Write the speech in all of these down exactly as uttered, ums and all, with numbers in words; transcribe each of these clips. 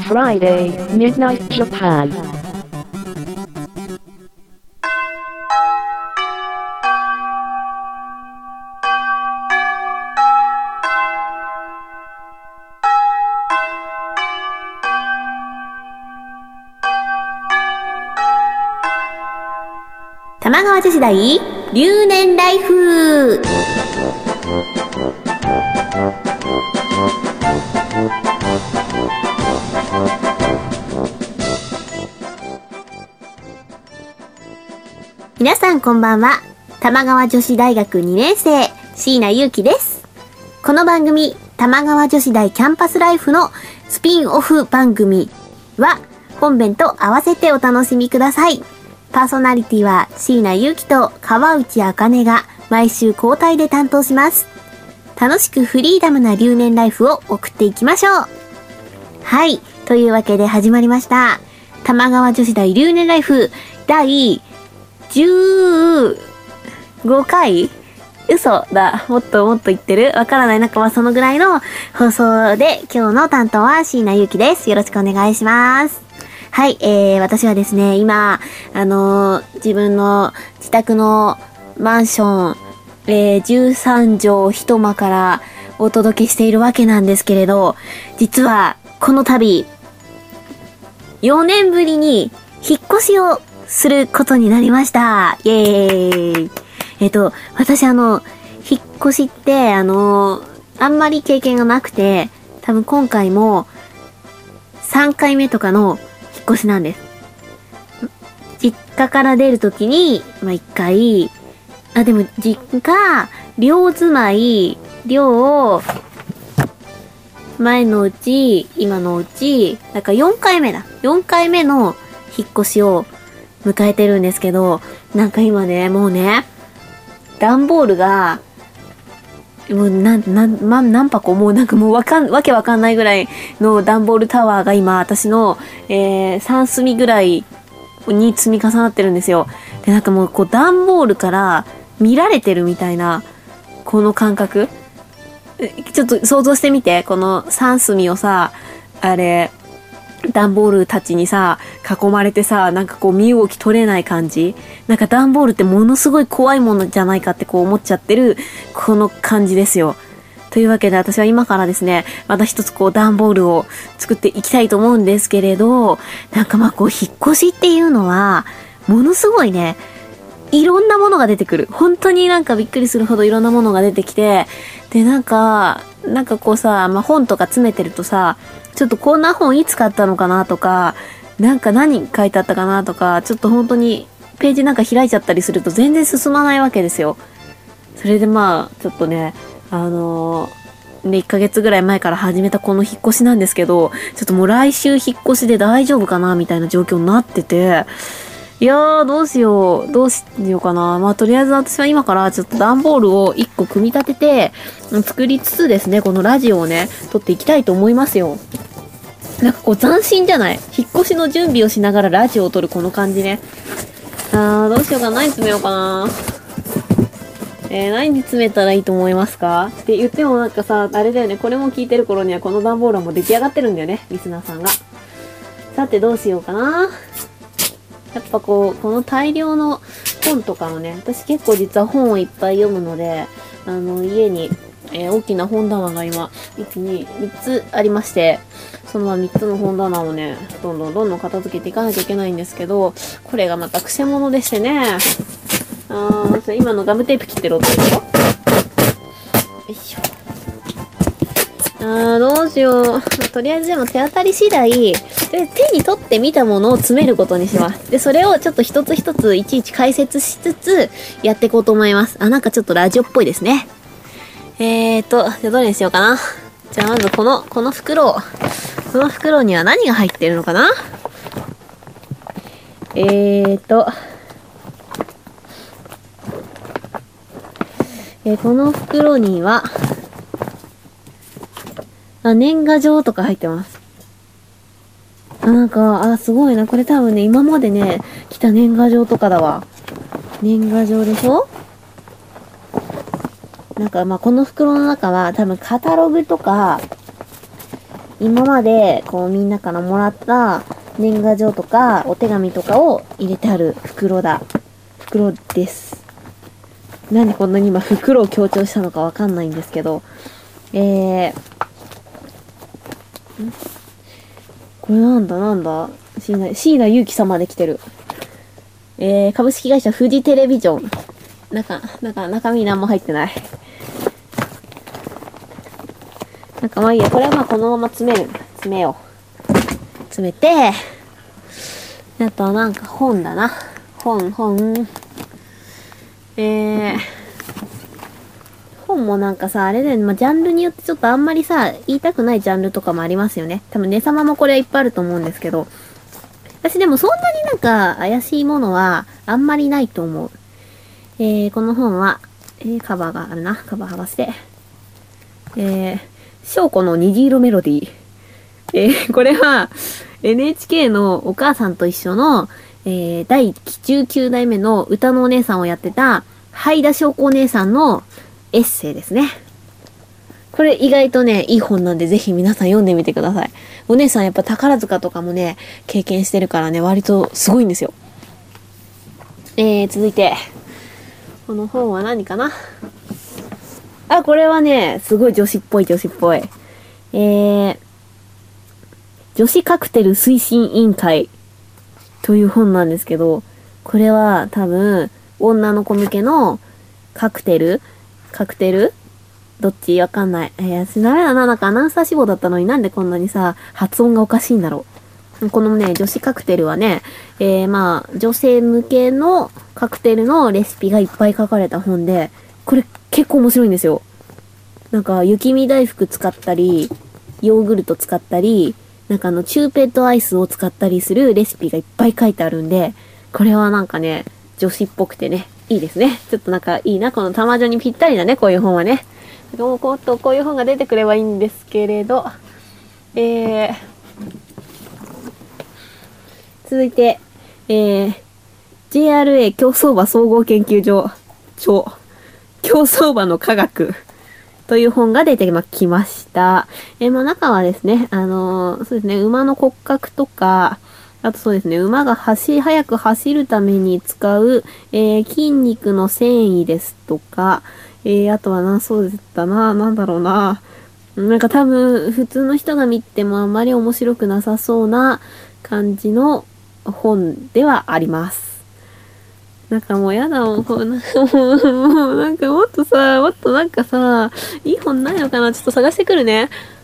Friday, Midnight Japan. 玉川女子大留年ライフ。皆さんこんばんは。玉川女子大学にねん生椎名優樹です。この番組玉川女子大キャンパスライフのスピンオフ番組は本編と合わせてお楽しみください。パーソナリティは椎名優樹と川内茜が毎週交代で担当します。楽しくフリーダムな留年ライフを送っていきましょう。はい、というわけで始まりました玉川女子大留年ライフ第じゅうごかい？嘘だ。もっともっと言ってる？わからない。なんかまあそのぐらいの放送で、今日の担当は椎名優樹です。よろしくお願いします。はい、えー、私はですね、今、あのー、自分の自宅のマンション、えー、じゅうさんじょう一間からお届けしているわけなんですけれど、実は、この度、よねんぶりに引っ越しをすることになりました。イエーイ。えっと、私あの、引っ越しって、あの、あんまり経験がなくて、多分今回もさんかいめとかの引っ越しなんです。実家から出るときに、まあ、いっかい、あ、でも実家、寮住まい、寮、前のうち、今のうち、だからよんかいめだ。よんかいめの引っ越しを迎えてるんですけど、なんか今ね、もうね、段ボールが、もうなん、なん、ま、何箱もうなんかもうわかん、わけわかんないぐらいの段ボールタワーが今私の、えー、さん隅ぐらいに積み重なってるんですよ。で、なんかもうこう段ボールから見られてるみたいな、この感覚。ちょっと想像してみて、このさん隅をさ、あれ、段ボールたちにさ、囲まれてさ、なんかこう身動き取れない感じ。なんか段ボールってものすごい怖いものじゃないかってこう思っちゃってる、この感じですよ。というわけで私は今からですね、また一つこう段ボールを作っていきたいと思うんですけれど、なんかまあこう引っ越しっていうのは、ものすごいね、いろんなものが出てくる。本当になんかびっくりするほどいろんなものが出てきて、でなんか、なんかこうさ、まあ本とか詰めてるとさ、ちょっとこんな本いつ買ったのかなとか、なんか何書いてあったかなとか、ちょっと本当にページなんか開いちゃったりすると全然進まないわけですよ。それでまあ、ちょっとね、あのー、で、いっかげつぐらい前から始めたこの引っ越しなんですけど、ちょっともう来週引っ越しで大丈夫かなみたいな状況になってて、いやー、どうしよう。どうしようかな。まあ、とりあえず私は今からちょっと段ボールをいっこ組み立てて、作りつつですね、このラジオをね、撮っていきたいと思いますよ。なんかこう斬新じゃない？引っ越しの準備をしながらラジオを撮るこの感じね。あー、どうしようかな。何詰めようかな。えー、何に詰めたらいいと思いますか？って言ってもなんかさ、あれだよね。これも聞いてる頃にはこの段ボールはもう出来上がってるんだよね。リスナーさんが。さてどうしようかな。やっぱこう、この大量の本とかをね、私結構実は本をいっぱい読むので、あの、家に、えー、大きな本棚が今、いち、に、みっつありまして、そのみっつの本棚をね、どんどんどんどん片付けていかなきゃいけないんですけど、これがまた癖者でしてね、あー、今のガムテープ切ってる音でしょ？よいしょ。あー、どうしよう。とりあえずでも手当たり次第、で手に取ってみたものを詰めることにします。で、それをちょっと一つ一ついちいち解説しつつやっていこうと思います。あ、なんかちょっとラジオっぽいですね。えーと、じゃあどれにしようかな。じゃあまずこの、この袋。この袋には何が入ってるのかな？えーと、えー、この袋には、あ、年賀状とか入ってます。あ、なんか、あ、すごいな。これ多分ね、今までね、来た年賀状とかだわ。年賀状でしょ？なんか、まあ、この袋の中は多分カタログとか、 今まで、こうみんなからもらった年賀状とかお手紙とかを入れてある袋だ。袋です。なんでこんなに今袋を強調したのかわかんないんですけど、えー、これなんだなんだ椎名、椎名祐希様で来てる。えー、株式会社フジテレビジョン。なんか、なんか中身何も入ってない。なんかまあいいや、これはまあこのまま詰める。詰めよう。詰めて、あとはなんか本だな。本、本。えー、本もなんかさ、あれだよね、まあ、ジャンルによってちょっとあんまりさ、言いたくないジャンルとかもありますよね。多分ねさまもこれはいっぱいあると思うんですけど、私でもそんなになんか怪しいものはあんまりないと思う。えー、この本は、えー、カバーがあるな。カバー剥がして。えー、翔子の虹色メロディー。えー、これは エヌエイチケー のお母さんと一緒の、えー、だいじゅうきゅうだいめの歌のお姉さんをやってた、はいだしょうこお姉さんのエッセイですね。これ意外とね、いい本なんでぜひ皆さん読んでみてください。お姉さんやっぱ宝塚とかもね、経験してるからね、割とすごいんですよ。えー、続いて、この本は何かな？あ、これはね、すごい女子っぽい女子っぽい。えー、女子カクテル推進委員会という本なんですけど、これは多分、女の子向けのカクテルカクテルどっちわかんない。えー、ダメだな。なんかアナウンサー志望だったのになんでこんなにさ、発音がおかしいんだろう。このね、女子カクテルはね、えー、まあ、女性向けのカクテルのレシピがいっぱい書かれた本で、これ結構面白いんですよ。なんか、雪見大福使ったり、ヨーグルト使ったり、なんかあの、チューペットアイスを使ったりするレシピがいっぱい書いてあるんで、これはなんかね、女子っぽくてね、いいですね。ちょっとなんかいいな、この玉女にぴったりだね、こういう本はね。もうこうこういう本が出てくればいいんですけれど、えー、続いて、えー、ジェイアールエー 競走馬総合研究所長、競走馬の科学という本が出てきました。えー、まあ中はですね、あのー、そうですね、馬の骨格とか、あとそうですね、馬が走、速く走るために使う、えー、筋肉の繊維ですとか、えー、あとはな、そうだな、なんだろうな。なんか多分、普通の人が見てもあんまり面白くなさそうな感じの本ではあります。なんかもうやだもん、こうなんかもう、もうなんかもっとさ、もっとなんかさ、いい本ないのかな？ちょっと探してくるね。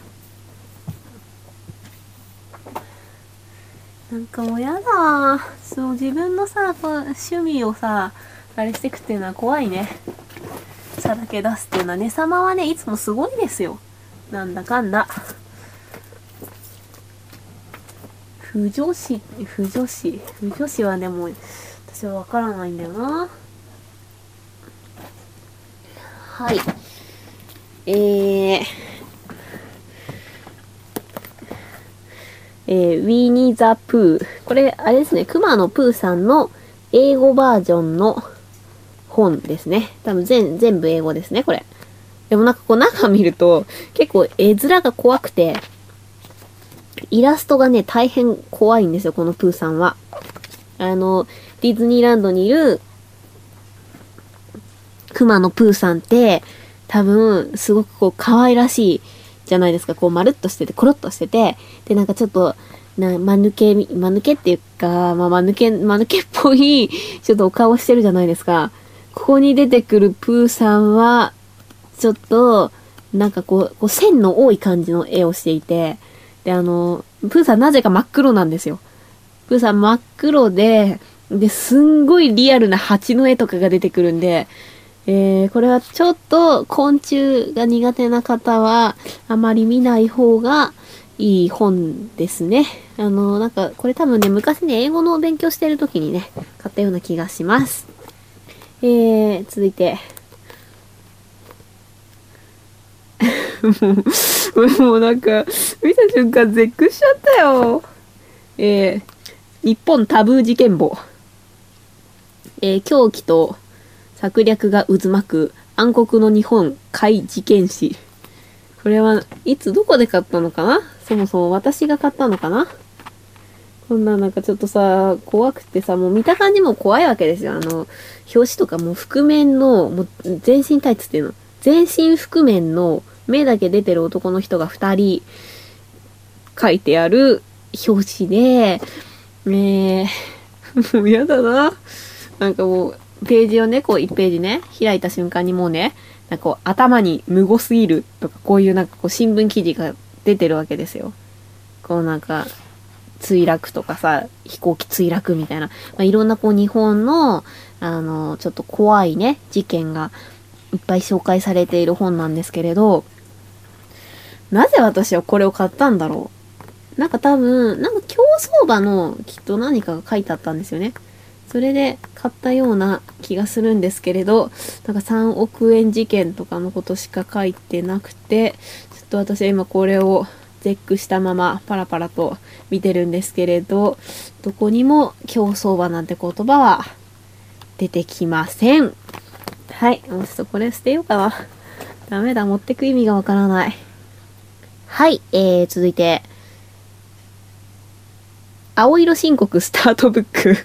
なんかもうやだ。そう、自分のさ、こう趣味をさ、あれしてくっていうのは怖いね。さだけ出すっていうのはね、様はね、いつもすごいですよ。なんだかんだ。不女子、不女子、不女子はでも、私はわからないんだよな。はい。えー、えー、ウィニー・ザ・プー。これ、あれですね、熊野プーさんの英語バージョンの本ですね。多分全、全部英語ですね、これ。でもなんかこう中見ると、結構絵面が怖くて、イラストがね、大変怖いんですよ、このプーさんは。あの、ディズニーランドにいる、熊野プーさんって、多分、すごくこう、可愛らしいじゃないですか。こう、まるっとしてて、コロッとしてて、で、なんかちょっと、な、間抜け、間抜けっていうか、まあ、間抜け、間抜けっぽい、ちょっとお顔してるじゃないですか。ここに出てくるプーさんは、ちょっと、なんかこう、こう線の多い感じの絵をしていて、で、あの、プーさんなぜか真っ黒なんですよ。プーさん真っ黒で、で、すんごいリアルな蜂の絵とかが出てくるんで、えー、これはちょっと昆虫が苦手な方は、あまり見ない方がいい本ですね。あの、なんか、これ多分ね、昔ね、英語の勉強してる時にね、買ったような気がします。えー、続いて。もう、もうなんか、見た瞬間絶句しちゃったよ。えー、日本タブー事件簿。えー、狂気と策略が渦巻く暗黒の日本怪事件史。ここれはいつどこで買ったのかな？そもそも私が買ったのかな？こんななんかちょっとさ、怖くてさ、もう見た感じも怖いわけですよ。あの、表紙とかもう覆面の、もう全身タイツっていうの。全身覆面の目だけ出てる男の人が二人書いてある表紙で、えー、もうやだな。なんかもう、ページをね、こういちページね、開いた瞬間にもうね、なんかこう頭に無語すぎるとか、こういうなんかこう新聞記事が出てるわけですよ。こうなんか、墜落とかさ、飛行機墜落みたいな、まあ、いろんなこう日本の、あの、ちょっと怖いね、事件がいっぱい紹介されている本なんですけれど、なぜ私はこれを買ったんだろう。なんか多分、なんか競走馬のきっと何かが書いてあったんですよね。それで買ったような気がするんですけれど、なんかさんおくえん事件とかのことしか書いてなくて、ちょっと私は今これを絶句したままパラパラと見てるんですけれど、どこにも競走馬なんて言葉は出てきません。はい、もうちょっとこれ捨てようかな。ダメだ、持ってく意味がわからない。はい、えー、続いて、青色申告スタートブック。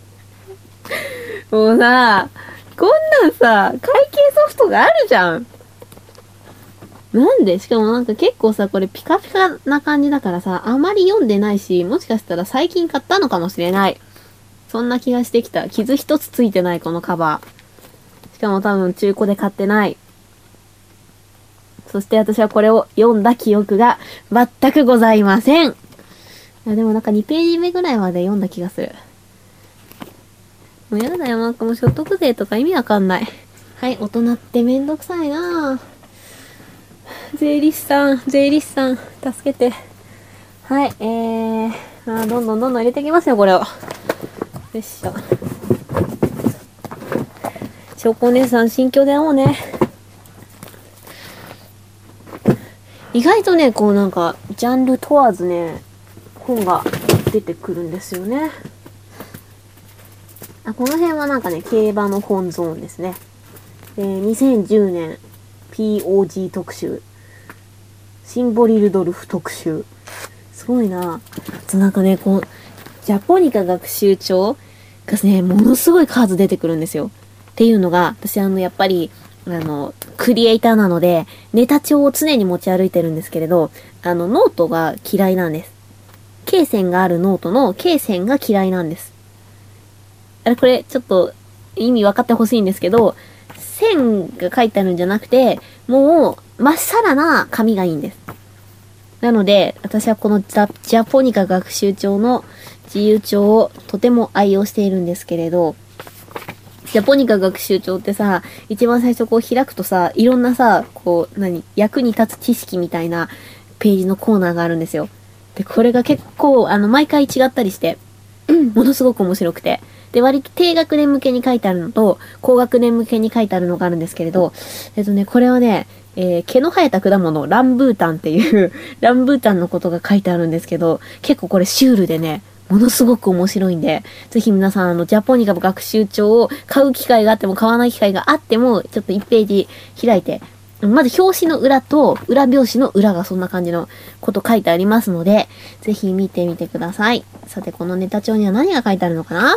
もうさ、こんなんさ、会計ソフトがあるじゃん。なんで？しかもなんか結構さ、これピカピカな感じだからさ、あまり読んでないし、もしかしたら最近買ったのかもしれない。そんな気がしてきた。傷一つついてないこのカバー。しかも多分中古で買ってない。そして私はこれを読んだ記憶が全くございません。いやでもなんかにページ目ぐらいまで読んだ気がする。もうやだよ、なんかもう所得税とか意味わかんない。はい、大人ってめんどくさいなぁ。税理士さん、税理士さん、助けて。はい、えー、あーどんどんどんどん入れていきますよ、これを。よいしょ。証拠お姉さん、新居で会おうね。意外とね、こうなんか、ジャンル問わずね、本が出てくるんですよね。あ、この辺はなんかね、競馬の本ゾーンですね。で、にせんじゅうねん ピーオージー 特集。シンボリルドルフ特集。すごいな。あとなんかね、こう、ジャポニカ学習帳がね、ものすごい数出てくるんですよ。っていうのが、私あの、やっぱり、あの、クリエイターなので、ネタ帳を常に持ち歩いてるんですけれど、あの、ノートが嫌いなんです。罫線があるノートの罫線が嫌いなんです。あれ、これ、ちょっと、意味分かってほしいんですけど、線が書いてあるんじゃなくて、もう、まっさらな紙がいいんです。なので、私はこのザ・ジャポニカ学習帳の自由帳をとても愛用しているんですけれど、ジャポニカ学習帳ってさ、一番最初こう開くとさ、いろんなさ、こう、何、役に立つ知識みたいなページのコーナーがあるんですよ。で、これが結構、あの、毎回違ったりして、ものすごく面白くて。で、割と低学年向けに書いてあるのと、高学年向けに書いてあるのがあるんですけれど、えっとね、これはね、えー、毛の生えた果物、ランブータンっていう、ランブータンのことが書いてあるんですけど、結構これシュールでね、ものすごく面白いんで、ぜひ皆さん、あの、ジャポニカ学習帳を買う機会があっても買わない機会があっても、ちょっといちページ開いて、まず表紙の裏と裏表紙の裏がそんな感じのこと書いてありますので、ぜひ見てみてください。さて、このネタ帳には何が書いてあるのかな？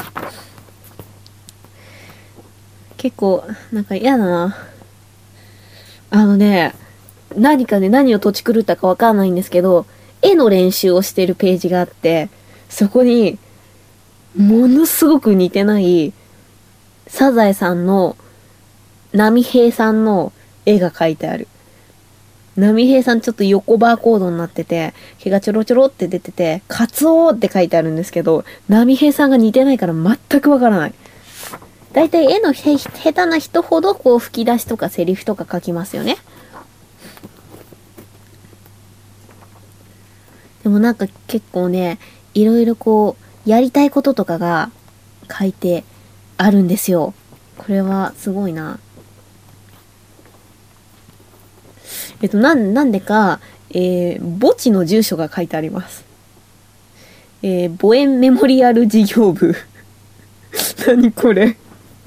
結構、なんか嫌だな。あのね、何かね、何を土地狂ったかわかんないんですけど、絵の練習をしてるページがあって、そこに、ものすごく似てない、サザエさんの、波平さんの絵が描いてある。波平さんちょっと横バーコードになってて、毛がちょろちょろって出てて、カツオって書いてあるんですけど、波平さんが似てないから全くわからない。だいたい絵のへ下手な人ほどこう吹き出しとかセリフとか書きますよね。でもなんか結構ね、いろいろこう、やりたいこととかが書いてあるんですよ。これはすごいな。えっと、なん、なんでか、えー、墓地の住所が書いてあります。えー、墓園メモリアル事業部。何これ。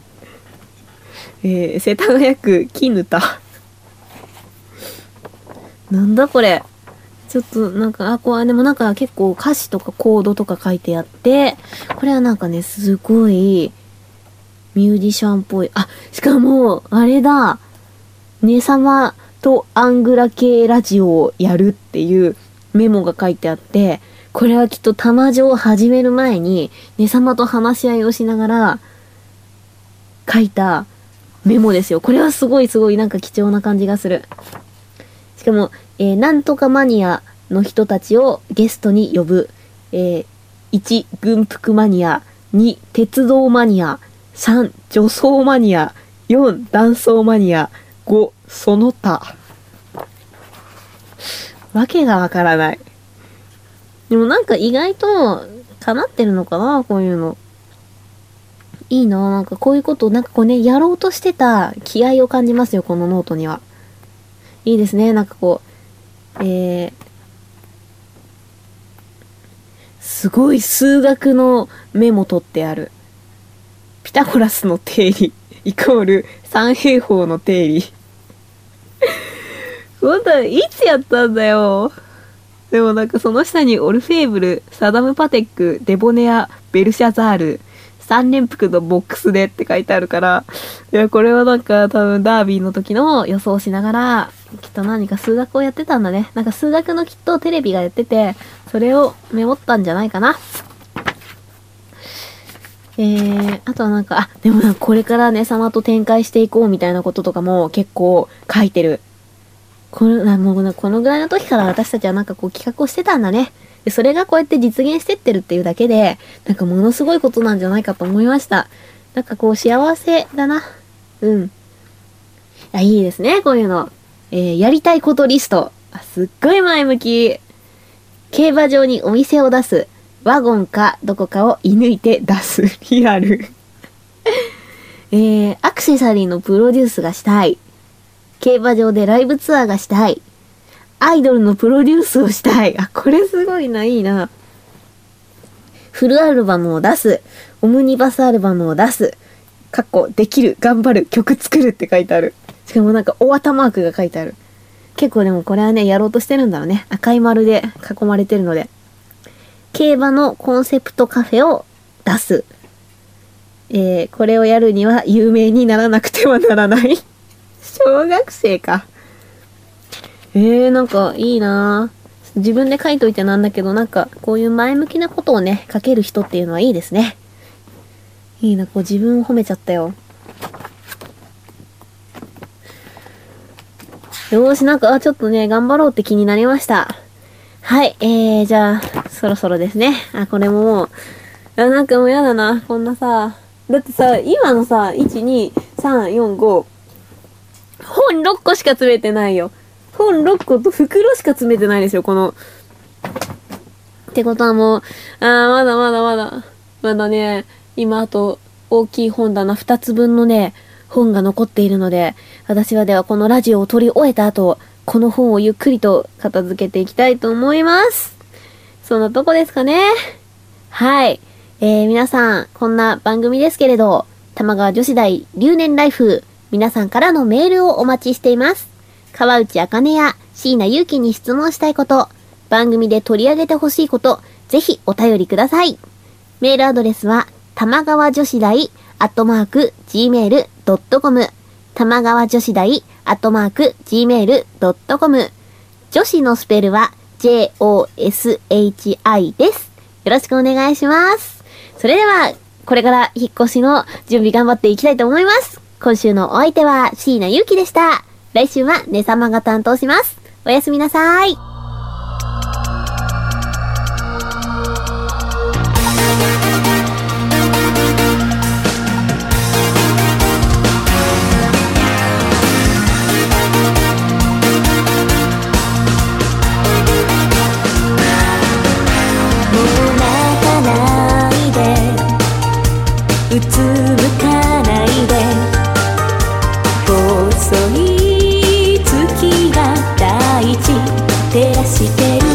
えー、世田谷区絹田。 なんだこれ。ちょっとなんか、あ、こう、でもなんか結構歌詞とかコードとか書いてあって、これはなんかね、すごい、ミュージシャンっぽい。あ、しかも、あれだ。ねさまとアングラ系ラジオをやるっていうメモが書いてあって、これはきっと玉女を始める前に、ねさまと話し合いをしながら、書いたメモですよ。これはすごいすごいなんか貴重な感じがする。しかも、えー、なんとかマニアの人たちをゲストに呼ぶ。えー、いち、軍服マニア。に、鉄道マニア。さん、女装マニア。よん、男装マニア。ご、その他。わけがわからない。でもなんか意外と叶ってるのかな、こういうの。いいな、なんかこういうことをなんかこうね、やろうとしてた気合を感じますよ、このノートには。いいですね、なんかこう、えー、すごい数学のメモ取ってある。ピタゴラスの定理イコール三平方の定理。ほんと、いつやったんだよ。でもなんかその下にオルフェーブル、サダムパテック、デボネア、ベルシャザール、三連複のボックスでって書いてあるから、いや、これはなんか多分ダービーの時の予想しながら、きっと何か数学をやってたんだね。なんか数学のきっとテレビがやってて、それをメモったんじゃないかな。えー、あとはなんか、あ、でもなんかこれからね、様と展開していこうみたいなこととかも結構書いてる。この、もうこのぐらいの時から私たちはなんかこう企画をしてたんだね。で、それがこうやって実現してってるっていうだけで、なんかものすごいことなんじゃないかと思いました。なんかこう幸せだな。うん。あ、いいですね、こういうの。えー、やりたいことリスト。あ、すっごい前向き。競馬場にお店を出す。ワゴンかどこかを射抜いて出す。リアル。えー、アクセサリーのプロデュースがしたい。競馬場でライブツアーがしたい。アイドルのプロデュースをしたい。あ、これすごいな、いいな。フルアルバムを出す。オムニバスアルバムを出す。かっこ、できる、頑張る、曲作るって書いてある。しかもなんか、大頭マークが書いてある。結構でもこれはね、やろうとしてるんだろうね。赤い丸で囲まれてるので。競馬のコンセプトカフェを出す。えー、これをやるには有名にならなくてはならない。小学生か。えー、なんかいいなぁ。自分で書いといてなんだけど、なんかこういう前向きなことをね、書ける人っていうのはいいですね。いいな、こう自分を褒めちゃったよ。よーし、なんか、あ、ちょっとね、頑張ろうって気になりました。はい、えー、じゃあ、そろそろですね。あ、これももう、あ、なんかもうやだな、こんなさ。だってさ、今のさ、いち、に、さん、よん、ご、本ろっこしか詰めてないよ。本ろっこと袋しか詰めてないですよ、この。ってことはもう、あー、まだまだまだ、まだね、今あと、大きい本棚ふたつぶんのね、本が残っているので、私はではこのラジオを撮り終えた後、この本をゆっくりと片付けていきたいと思います。そんなとこですかね。はい。えー、皆さん、こんな番組ですけれど、玉川女子大留年ライフ、皆さんからのメールをお待ちしています。川内あかねや椎名祐希に質問したいこと、番組で取り上げてほしいこと、ぜひお便りください。メールアドレスは、玉川女子大アットマーク ジーメールドットコム 玉川女子大アットマーク ジーメールドットコム 女子のスペルは ジェイオーエスエイチアイ です。よろしくお願いします。それでは、これから引っ越しの準備頑張っていきたいと思います。今週のお相手は椎名祐希でした。来週はねさまが担当します。おやすみなさい。 うつむかないで細い月が大地照らしてる